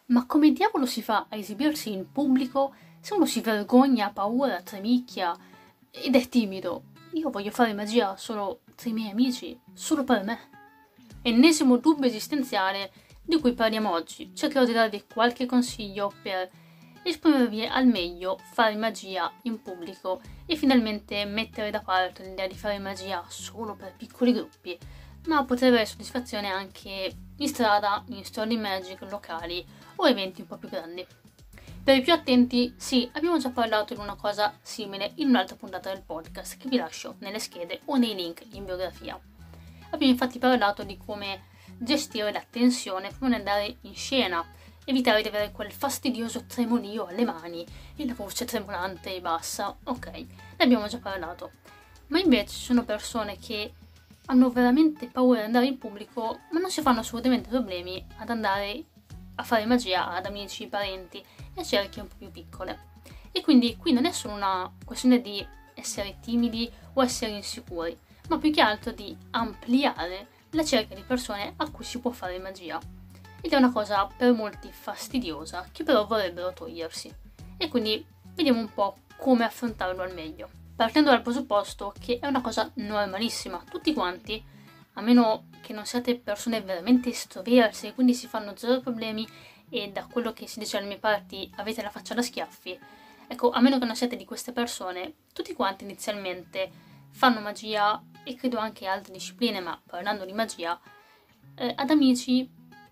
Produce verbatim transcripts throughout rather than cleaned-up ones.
Ma come diavolo si fa a esibirsi in pubblico se uno si vergogna, ha paura, tremicchia ed è timido? Io voglio fare magia solo tra i miei amici, solo per me. Ennesimo dubbio esistenziale di cui parliamo oggi. Cercherò di darvi qualche consiglio per esprimervi al meglio fare magia in pubblico e finalmente mettere da parte l'idea di fare magia solo per piccoli gruppi, ma poter avere soddisfazione anche in strada, in store di Magic locali o eventi un po' più grandi. Per i più attenti, sì, abbiamo già parlato di una cosa simile in un'altra puntata del podcast che vi lascio nelle schede o nei link in biografia. Abbiamo infatti parlato di come gestire la tensione prima di andare in scena, evitare di avere quel fastidioso tremolio alle mani e la voce tremolante e bassa. Ok, ne abbiamo già parlato. Ma invece ci sono persone che hanno veramente paura di andare in pubblico, ma non si fanno assolutamente problemi ad andare a fare magia ad amici, parenti e a cerchie un po' più piccole. E quindi qui non è solo una questione di essere timidi o essere insicuri, ma più che altro di ampliare la cerchia di persone a cui si può fare magia. Ed è una cosa per molti fastidiosa, che però vorrebbero togliersi. E quindi vediamo un po' come affrontarlo al meglio. Partendo dal presupposto che è una cosa normalissima, tutti quanti, a meno che non siate persone veramente estroverse, quindi si fanno zero problemi e da quello che si dice alle mie parti avete la faccia da schiaffi, ecco, a meno che non siate di queste persone, tutti quanti inizialmente fanno magia e credo anche altre discipline, ma parlando di magia, eh, ad amici,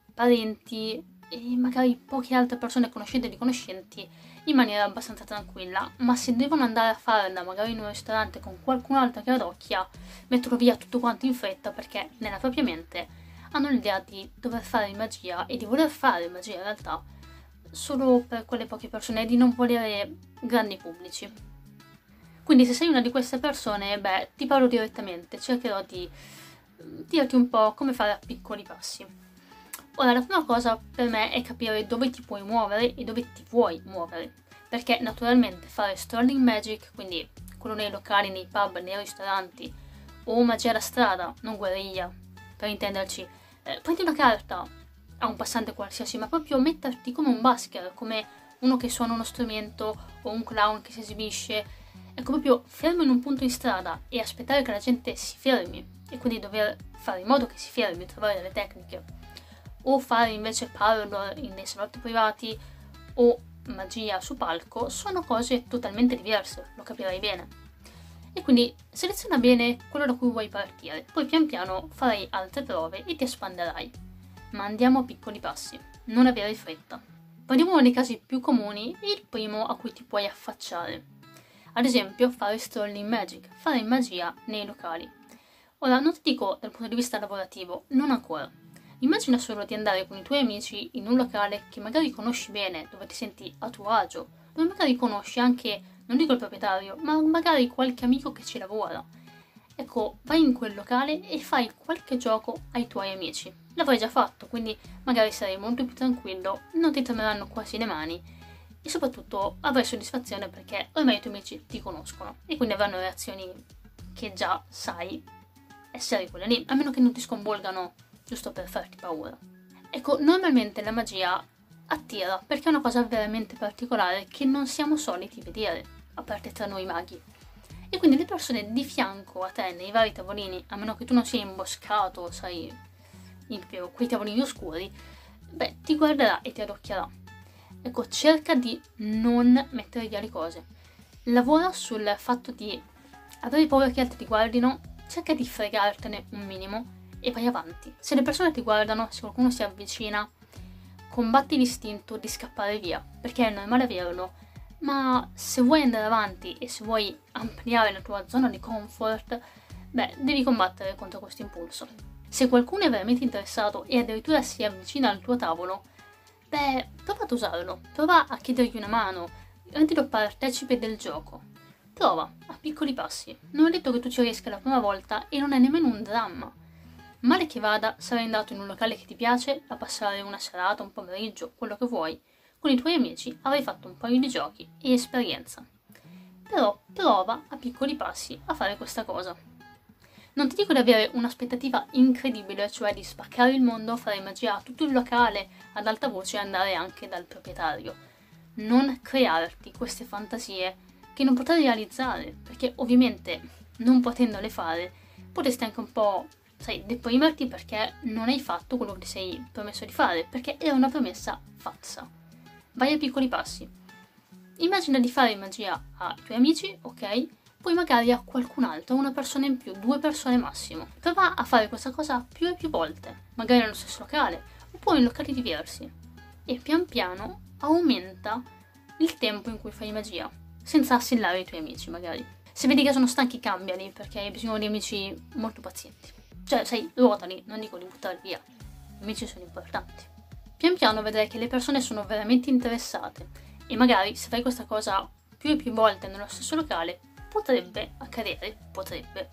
parenti e magari poche altre persone conoscenti e riconoscenti in maniera abbastanza tranquilla, ma se devono andare a farla magari in un ristorante con qualcun altro che radocchia, mettono via tutto quanto in fretta perché nella propria mente hanno l'idea di dover fare magia e di voler fare magia in realtà solo per quelle poche persone e di non volere grandi pubblici. Quindi se sei una di queste persone, beh, ti parlo direttamente, cercherò di dirti un po' come fare a piccoli passi. Ora, la prima cosa per me è capire dove ti puoi muovere e dove ti vuoi muovere, perché naturalmente fare Sterling Magic, quindi quello nei locali, nei pub, nei ristoranti, o magia da strada, non guerriglia, per intenderci, eh, prendi una carta a un passante qualsiasi, ma proprio metterti come un busker, come uno che suona uno strumento o un clown che si esibisce, ecco, proprio fermo in un punto in strada e aspettare che la gente si fermi e quindi dover fare in modo che si fermi, trovare delle tecniche, o fare invece parlor nei salotti privati o magia su palco, sono cose totalmente diverse, lo capirai bene. E quindi seleziona bene quello da cui vuoi partire, poi pian piano farai altre prove e ti espanderai. Ma andiamo a piccoli passi, non avere fretta. Prendiamo uno dei casi più comuni e il primo a cui ti puoi affacciare. Ad esempio fare Sterling Magic, fare magia nei locali. Ora non ti dico dal punto di vista lavorativo, non ancora. Immagina solo di andare con i tuoi amici in un locale che magari conosci bene, dove ti senti a tuo agio, dove magari conosci anche, non dico il proprietario, ma magari qualche amico che ci lavora. Ecco, vai in quel locale e fai qualche gioco ai tuoi amici. L'avrai già fatto, quindi magari sarai molto più tranquillo, non ti tremeranno quasi le mani e soprattutto avrai soddisfazione perché ormai i tuoi amici ti conoscono e quindi avranno reazioni che già sai essere quelle lì, a meno che non ti sconvolgano giusto per farti paura. Ecco, normalmente la magia attira perché è una cosa veramente particolare che non siamo soliti vedere, a parte tra noi maghi. E quindi le persone di fianco a te nei vari tavolini, a meno che tu non sia imboscato, sai, in proprio quei tavolini oscuri, beh, ti guarderà e ti adocchierà. Ecco, cerca di non mettere via le cose. Lavora sul fatto di avere paura che altri ti guardino, cerca di fregartene un minimo e vai avanti. Se le persone ti guardano, se qualcuno si avvicina, combatti l'istinto di scappare via, perché è normale averlo, ma se vuoi andare avanti e se vuoi ampliare la tua zona di comfort, beh, devi combattere contro questo impulso. Se qualcuno è veramente interessato e addirittura si avvicina al tuo tavolo, beh, prova ad usarlo, prova a chiedergli una mano, rendilo partecipe del gioco. Prova, a piccoli passi. Non è detto che tu ci riesca la prima volta e non è nemmeno un dramma. Male che vada, sarai andato in un locale che ti piace a passare una serata, un pomeriggio, quello che vuoi. Con i tuoi amici avrai fatto un paio di giochi e esperienza. Però prova a piccoli passi a fare questa cosa. Non ti dico di avere un'aspettativa incredibile, cioè di spaccare il mondo, fare magia a tutto il locale ad alta voce e andare anche dal proprietario. Non crearti queste fantasie che non potrai realizzare, perché ovviamente non potendole fare potresti anche un po', sai, deprimerti perché non hai fatto quello che ti sei promesso di fare, perché era una promessa falsa. Vai a piccoli passi. Immagina di fare magia ai tuoi amici, ok? Poi magari a qualcun altro, una persona in più, due persone massimo. Prova a fare questa cosa più e più volte, magari nello stesso locale, oppure in locali diversi. E pian piano aumenta il tempo in cui fai magia, senza assillare i tuoi amici magari. Se vedi che sono stanchi, cambiali, perché hai bisogno di amici molto pazienti. Cioè, sai, ruotali, non dico di buttarli via. Gli amici sono importanti. Pian piano vedrai che le persone sono veramente interessate e magari se fai questa cosa più e più volte nello stesso locale, potrebbe accadere, potrebbe,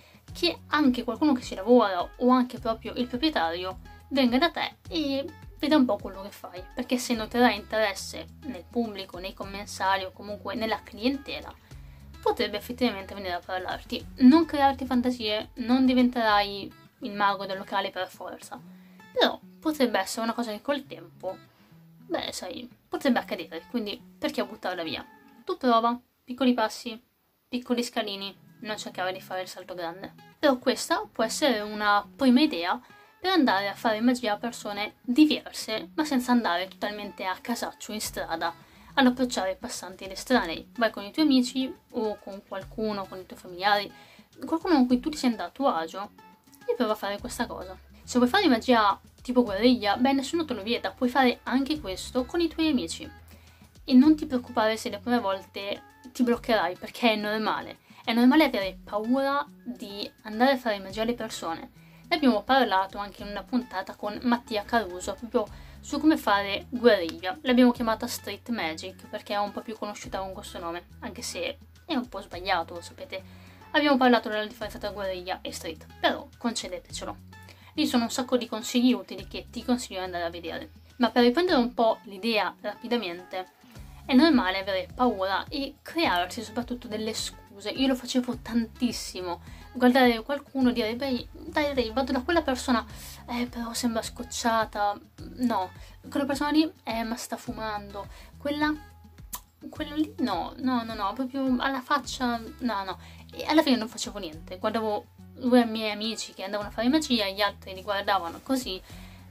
che anche qualcuno che ci lavora o anche proprio il proprietario venga da te e veda un po' quello che fai, perché se noterai interesse nel pubblico, nei commensali o comunque nella clientela, potrebbe effettivamente venire a parlarti. Non crearti fantasie, non diventerai il mago del locale per forza, però potrebbe essere una cosa che col tempo, beh sai, potrebbe accadere, quindi perché buttarla via? Tu prova, piccoli passi, piccoli scalini, non cercare di fare il salto grande. Però questa può essere una prima idea per andare a fare magia a persone diverse, ma senza andare totalmente a casaccio in strada ad approcciare passanti ed estranei. Vai con i tuoi amici o con qualcuno, con i tuoi familiari, qualcuno con cui tu ti senta a tuo agio e prova a fare questa cosa. Se vuoi fare magia tipo guerriglia, beh, nessuno te lo vieta, puoi fare anche questo con i tuoi amici. E non ti preoccupare se le prime volte ti bloccherai, perché è normale. È normale avere paura di andare a fare magia alle persone. Ne abbiamo parlato anche in una puntata con Mattia Caruso, proprio su come fare guerriglia. L'abbiamo chiamata Street Magic, perché è un po' più conosciuta con questo nome, anche se è un po' sbagliato, lo sapete. Abbiamo parlato della differenza tra guerriglia e street, però concedetecelo. Lì sono un sacco di consigli utili che ti consiglio di andare a vedere. Ma per riprendere un po' l'idea rapidamente, è normale avere paura e crearsi soprattutto delle scuse. Io lo facevo tantissimo. Guardare qualcuno e dire, beh, dai, dai, vado da quella persona, eh, però sembra scocciata. No, quella persona lì, eh, ma sta fumando. Quella, quello lì, no, no, no, no, proprio alla faccia, no, no. E alla fine non facevo niente. Guardavo due miei amici che andavano a fare magia, gli altri li guardavano così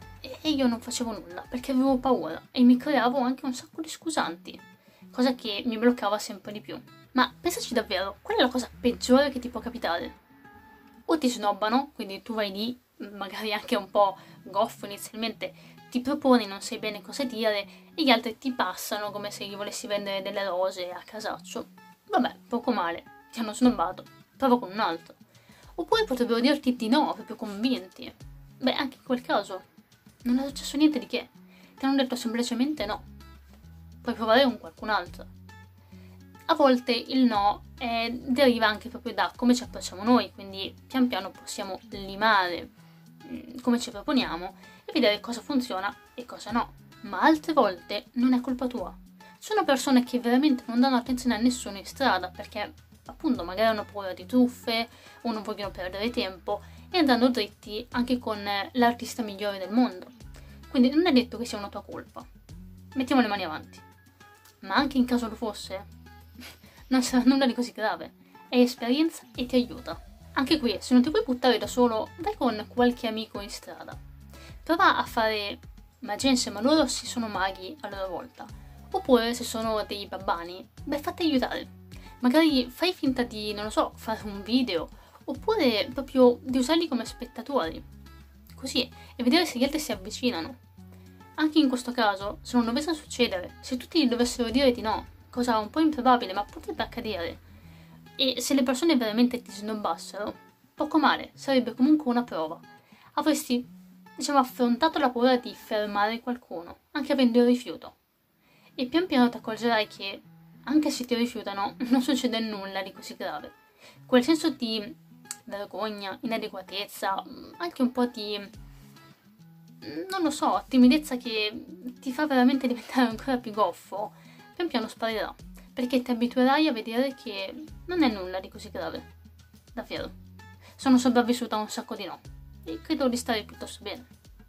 e io non facevo nulla perché avevo paura e mi creavo anche un sacco di scusanti, cosa che mi bloccava sempre di più. Ma pensaci davvero, qual è la cosa peggiore che ti può capitare? O ti snobbano, quindi tu vai lì, magari anche un po' goffo inizialmente, ti proponi, non sai bene cosa dire e gli altri ti passano come se gli volessi vendere delle rose a casaccio. Vabbè, poco male, ti hanno snobbato, prova con un altro. Oppure potrebbero dirti di no, proprio convinti. Beh, anche in quel caso non è successo niente di che. Ti hanno detto semplicemente no. Puoi provare con qualcun altro. A volte il no eh, deriva anche proprio da come ci approcciamo noi, quindi pian piano possiamo limare mh, come ci proponiamo e vedere cosa funziona e cosa no. Ma altre volte non è colpa tua. Sono persone che veramente non danno attenzione a nessuno in strada perché appunto magari hanno paura di truffe o non vogliono perdere tempo e andranno dritti anche con l'artista migliore del mondo. Quindi non è detto che sia una tua colpa. Mettiamo le mani avanti. Ma anche in caso lo fosse, non sarà nulla di così grave. È esperienza e ti aiuta. Anche qui, se non ti puoi buttare da solo, vai con qualche amico in strada. Prova a fare magia insieme a loro se sono maghi a loro volta. Oppure se sono dei babbani, beh, fatti aiutare. Magari fai finta di, non lo so, fare un video, oppure proprio di usarli come spettatori, così, e vedere se gli altri si avvicinano. Anche in questo caso, se non dovesse succedere, se tutti dovessero dire di no, cosa un po' improbabile, ma potrebbe accadere, e se le persone veramente ti snobbassero, poco male, sarebbe comunque una prova. Avresti, diciamo, affrontato la paura di fermare qualcuno, anche avendo il rifiuto. E pian piano ti accorgerai che anche se ti rifiutano, non succede nulla di così grave. Quel senso di vergogna, inadeguatezza, anche un po' di, non lo so, timidezza che ti fa veramente diventare ancora più goffo, pian piano sparirà, perché ti abituerai a vedere che non è nulla di così grave. Davvero. sono sopravvissuta a un sacco di no e credo di stare piuttosto bene.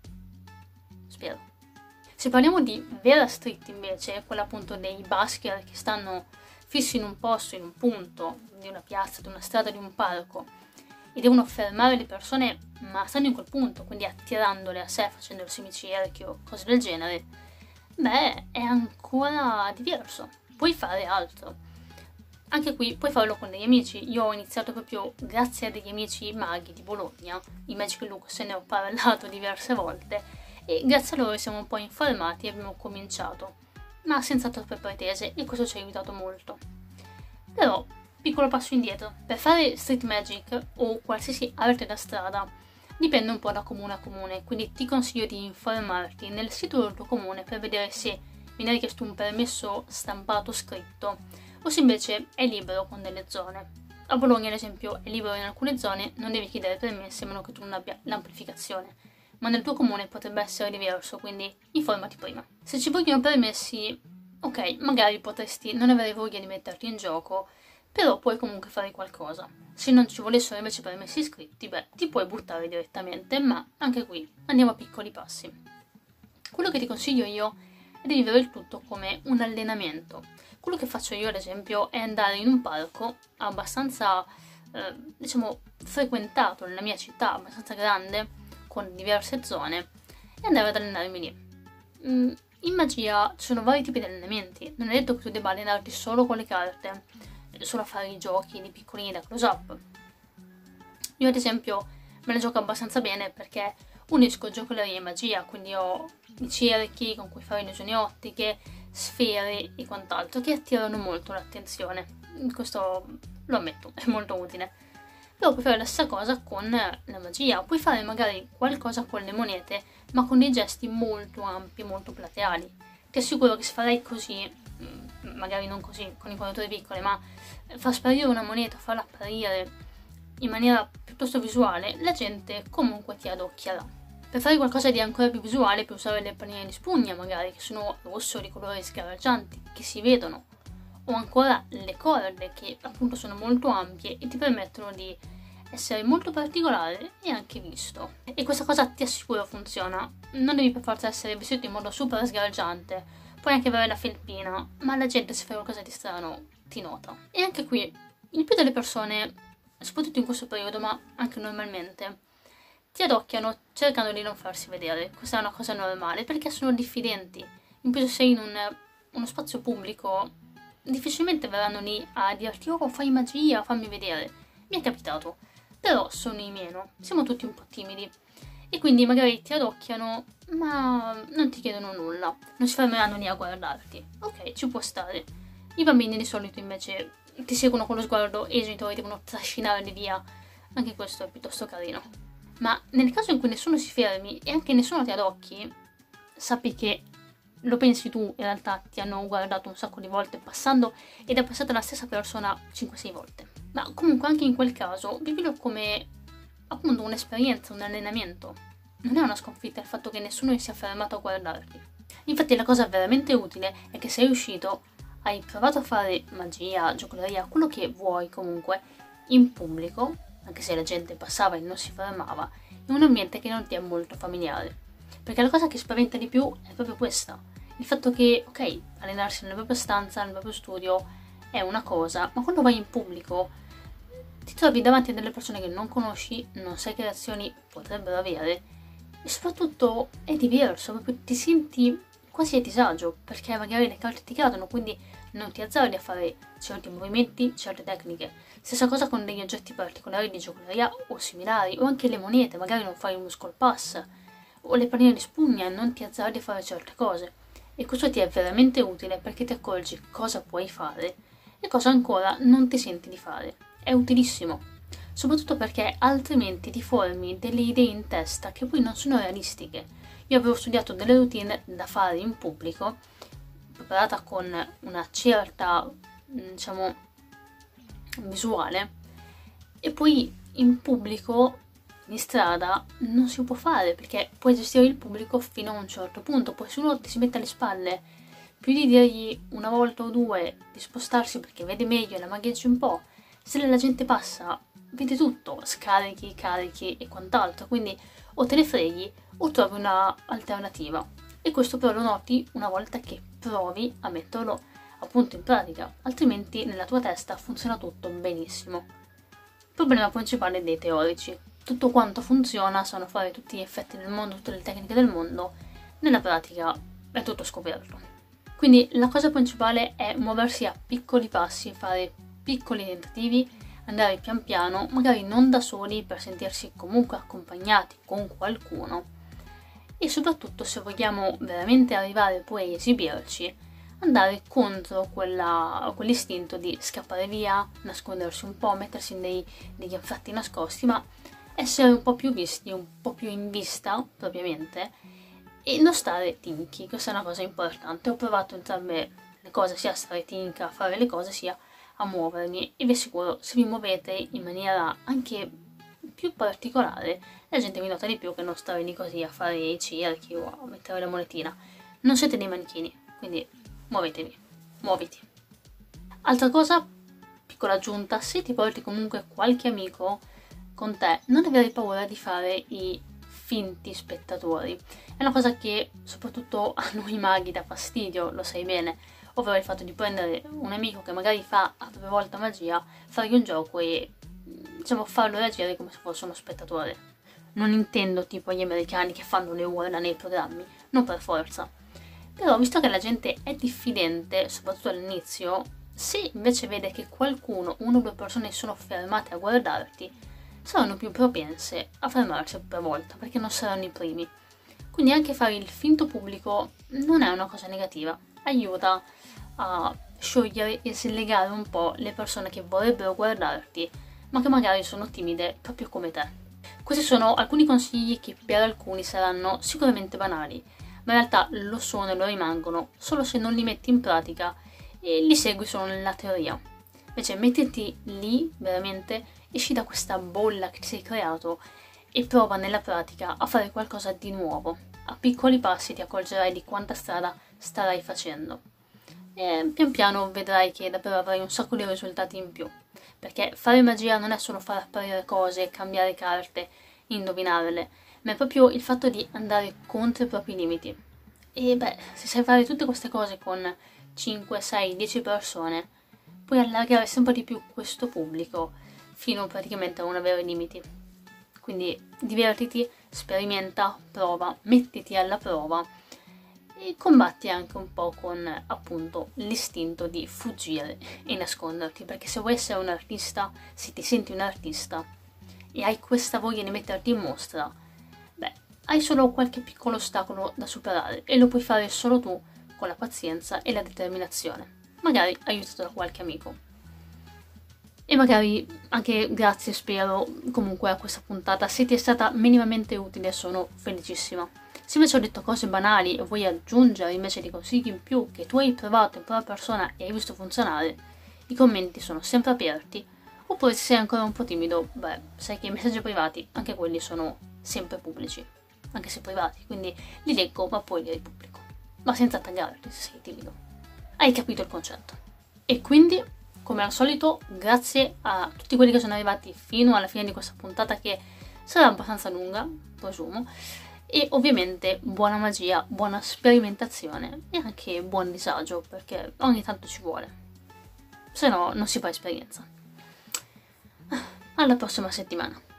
Spero. Se parliamo di vera street invece, quella appunto dei busker che stanno fissi in un posto, in un punto di una piazza, di una strada, di un parco e devono fermare le persone ma stanno in quel punto, quindi attirandole a sé, facendo il semicerchio, cose del genere, beh, è ancora diverso. Puoi fare altro. Anche qui puoi farlo con degli amici. Io ho iniziato proprio grazie a degli amici maghi di Bologna, i Magic Look, se ne ho parlato diverse volte, e grazie a loro siamo un po' informati e abbiamo cominciato, ma senza troppe pretese, e questo ci ha aiutato molto. Però, piccolo passo indietro, per fare street magic o qualsiasi arte da strada dipende un po' da comune a comune, quindi ti consiglio di informarti nel sito del tuo comune per vedere se viene richiesto un permesso stampato scritto o se invece è libero con delle zone. A Bologna, ad esempio, è libero in alcune zone, non devi chiedere permessi a meno che tu non abbia l'amplificazione, ma nel tuo comune potrebbe essere diverso, quindi informati prima. Se ci vogliono permessi, ok, magari potresti non avere voglia di metterti in gioco, però puoi comunque fare qualcosa. Se non ci volessero invece permessi scritti, beh, ti puoi buttare direttamente, ma anche qui andiamo a piccoli passi. Quello che ti consiglio io è di vivere il tutto come un allenamento. Quello che faccio io, ad esempio, è andare in un parco abbastanza, eh, diciamo, frequentato nella mia città, abbastanza grande, con diverse zone, e andare ad allenarmi lì. Mm, in magia ci sono vari tipi di allenamenti. Non è detto che tu debba allenarti solo con le carte, solo a fare i giochi di piccolini da close-up. Io, ad esempio, me la gioco abbastanza bene perché unisco giocoleria e magia, quindi ho i cerchi con cui fare illusioni ottiche, sfere e quant'altro che attirano molto l'attenzione. Questo lo ammetto, è molto utile. Però puoi fare la stessa cosa con la magia, puoi fare magari qualcosa con le monete, ma con dei gesti molto ampi, molto plateali. Ti assicuro che se farai così, magari non così con inquadrature piccole, ma far sparire una moneta, farla apparire in maniera piuttosto visuale, la gente comunque ti adocchierà. Per fare qualcosa di ancora più visuale puoi usare le palline di spugna magari, che sono rosso di colori sgaraggianti, che si vedono, o ancora le corde, che appunto sono molto ampie e ti permettono di essere molto particolare e anche visto. E questa cosa ti assicuro funziona. Non devi per forza essere vestito in modo super sgaraggiante, puoi anche avere la felpina, ma la gente se fai qualcosa di strano ti nota. E anche qui, il più delle persone, soprattutto in questo periodo, ma anche normalmente, ti adocchiano cercando di non farsi vedere. Questa è una cosa normale perché sono diffidenti. In più se sei in un, uno spazio pubblico, difficilmente verranno lì a dirti oh fai magia, fammi vedere. Mi è capitato, però sono i meno, siamo tutti un po' timidi e quindi magari ti adocchiano ma non ti chiedono nulla, non si fermeranno lì a guardarti. Ok, ci può stare. I bambini di solito invece ti seguono con lo sguardo e i genitori devono trascinarli via. Anche questo è piuttosto carino. Ma nel caso in cui nessuno si fermi e anche nessuno ti adocchi, sappi che lo pensi tu, in realtà ti hanno guardato un sacco di volte passando ed è passata la stessa persona cinque sei volte. Ma comunque anche in quel caso vivilo come appunto un'esperienza, un allenamento. Non è una sconfitta il fatto che nessuno sia fermato a guardarti. Infatti la cosa veramente utile è che sei uscito, hai provato a fare magia, giocoleria, quello che vuoi comunque, in pubblico, anche se la gente passava e non si fermava, in un ambiente che non ti è molto familiare. Perché la cosa che spaventa di più è proprio questa. Il fatto che, ok, allenarsi nella propria stanza, nel proprio studio, è una cosa, ma quando vai in pubblico ti trovi davanti a delle persone che non conosci, non sai che reazioni potrebbero avere, e soprattutto è diverso, proprio ti senti quasi a disagio, perché magari le carte ti cadono, quindi non ti azzardi a fare certi movimenti, certe tecniche. Stessa cosa con degli oggetti particolari di giocoleria o similari, o anche le monete, magari non fai uno skull pass, o le palline di spugna, non ti azzardi a fare certe cose. E questo ti è veramente utile perché ti accorgi cosa puoi fare e cosa ancora non ti senti di fare. È utilissimo, soprattutto perché altrimenti ti formi delle idee in testa che poi non sono realistiche. Io avevo studiato delle routine da fare in pubblico, preparata con una certa, diciamo, visuale, e poi in pubblico, in strada, non si può fare perché puoi gestire il pubblico fino a un certo punto. Poi se uno ti si mette alle spalle, più di dirgli una volta o due di spostarsi perché vede meglio e la magheggi un po', se la gente passa vedi tutto, scarichi, carichi e quant'altro, quindi o te ne freghi o trovi una alternativa. E questo però lo noti una volta che provi a metterlo appunto in pratica, altrimenti nella tua testa funziona tutto benissimo. Il problema principale dei teorici: tutto quanto funziona, sanno fare tutti gli effetti del mondo, tutte le tecniche del mondo, nella pratica è tutto scoperto. Quindi la cosa principale è muoversi a piccoli passi, fare piccoli tentativi, andare pian piano, magari non da soli per sentirsi comunque accompagnati con qualcuno, e soprattutto, se vogliamo veramente arrivare poi a esibirci, andare contro quella, quell'istinto di scappare via, nascondersi un po', mettersi in dei, degli anfratti nascosti, ma essere un po' più visti, un po' più in vista propriamente, e non stare tinchi. Questa è una cosa importante. Ho provato entrambe le cose, sia a stare tinca, a fare le cose, sia a muovermi, e vi assicuro, se vi muovete in maniera anche più particolare, la gente vi nota di più che non stare lì così a fare i cerchi o a mettere la monetina. Non siete dei manichini, quindi muovetevi, muoviti. Altra cosa, piccola aggiunta: se ti porti comunque qualche amico con te, non avere paura di fare i finti spettatori. È una cosa che soprattutto a noi maghi dà fastidio, lo sai bene, ovvero il fatto di prendere un amico che magari fa a prima volta magia, fargli un gioco e, diciamo, farlo reagire come se fosse uno spettatore. Non intendo tipo gli americani che fanno le urla nei programmi, non per forza. Però, visto che la gente è diffidente, soprattutto all'inizio, se invece vede che qualcuno, una o due persone sono fermate a guardarti, saranno più propense a fermarsi per volta, perché non saranno i primi. Quindi anche fare il finto pubblico non è una cosa negativa, aiuta a sciogliere e slegare un po' le persone che vorrebbero guardarti, ma che magari sono timide proprio come te. Questi sono alcuni consigli che per alcuni saranno sicuramente banali, ma in realtà lo sono e lo rimangono solo se non li metti in pratica e li segui solo nella teoria. Invece mettiti lì veramente, esci da questa bolla che ti sei creato e prova nella pratica a fare qualcosa di nuovo. A piccoli passi ti accorgerai di quanta strada starai facendo e pian piano vedrai che davvero avrai un sacco di risultati in più, perché fare magia non è solo far apparire cose, cambiare carte, indovinarle, ma è proprio il fatto di andare contro i propri limiti. E beh, se sai fare tutte queste cose con cinque, sei, dieci persone, puoi allargare sempre di più questo pubblico fino praticamente a non avere limiti. Quindi divertiti, sperimenta, prova, mettiti alla prova e combatti anche un po' con appunto l'istinto di fuggire e nasconderti, perché se vuoi essere un artista, se ti senti un artista e hai questa voglia di metterti in mostra, beh, hai solo qualche piccolo ostacolo da superare e lo puoi fare solo tu, con la pazienza e la determinazione, magari aiutato da qualche amico. E magari anche grazie, spero, comunque a questa puntata. Se ti è stata minimamente utile sono felicissima. Se invece ho detto cose banali e vuoi aggiungere invece dei consigli in più che tu hai provato in prima persona e hai visto funzionare, i commenti sono sempre aperti. Oppure se sei ancora un po' timido, beh, sai che i messaggi privati, anche quelli sono sempre pubblici, anche se privati, quindi li leggo ma poi li ripubblico, ma senza taggarti se sei timido. Hai capito il concetto? E quindi, come al solito, grazie a tutti quelli che sono arrivati fino alla fine di questa puntata, che sarà abbastanza lunga, presumo, e ovviamente buona magia, buona sperimentazione e anche buon disagio, perché ogni tanto ci vuole, se no non si fa esperienza. Alla prossima settimana.